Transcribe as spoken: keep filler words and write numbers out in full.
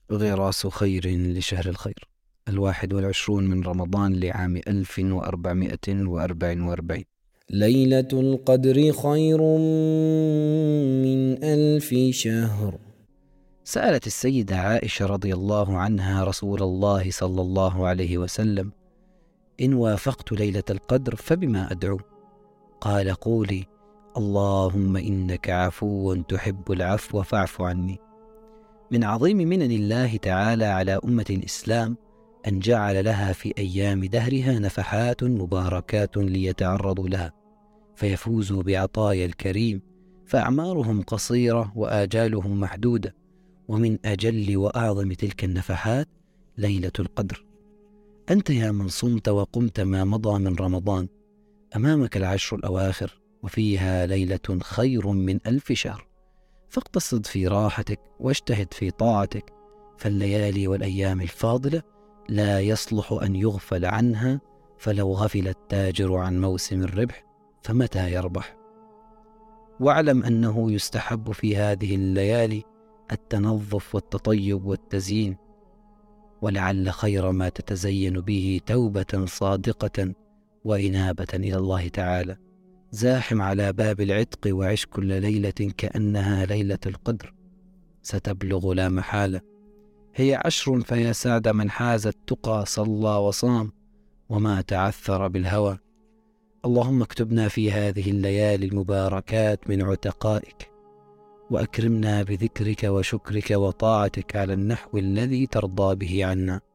غراس خير لشهر الخير، الواحد والعشرون من رمضان لعام ألف وأربعمائة وأربع وأربعين. ليلة القدر خير من ألف شهر. سألت السيدة عائشة رضي الله عنها رسول الله صلى الله عليه وسلم: إن وافقت ليلة القدر فبما أدعو؟ قال: قولي: اللهم إنك عفو تحب العفو فاعف عني. من عظيم منن الله تعالى على أمة الإسلام أن جعل لها في أيام دهرها نفحات مباركات ليتعرضوا لها فيفوزوا بعطايا الكريم، فأعمارهم قصيرة وآجالهم محدودة. ومن أجل وأعظم تلك النفحات ليلة القدر. أنت يا من صمت وقمت ما مضى من رمضان، أمامك العشر الأواخر وفيها ليلة خير من ألف شهر، فاقتصد في راحتك واجتهد في طاعتك، فالليالي والأيام الفاضلة لا يصلح أن يغفل عنها، فلو غفل التاجر عن موسم الربح فمتى يربح؟ واعلم أنه يستحب في هذه الليالي التنظف والتطيب والتزيين، ولعل خير ما تتزين به توبة صادقة وإنابة إلى الله تعالى. زاحم على باب العتق وعش كل ليلة كأنها ليلة القدر، ستبلغ لا محالة. هي عشر فيا سعد من حاز التقى صلى وصام وما تعثر بالهوى. اللهم اكتبنا في هذه الليالي المباركات من عتقائك، وأكرمنا بذكرك وشكرك وطاعتك على النحو الذي ترضى به عنا.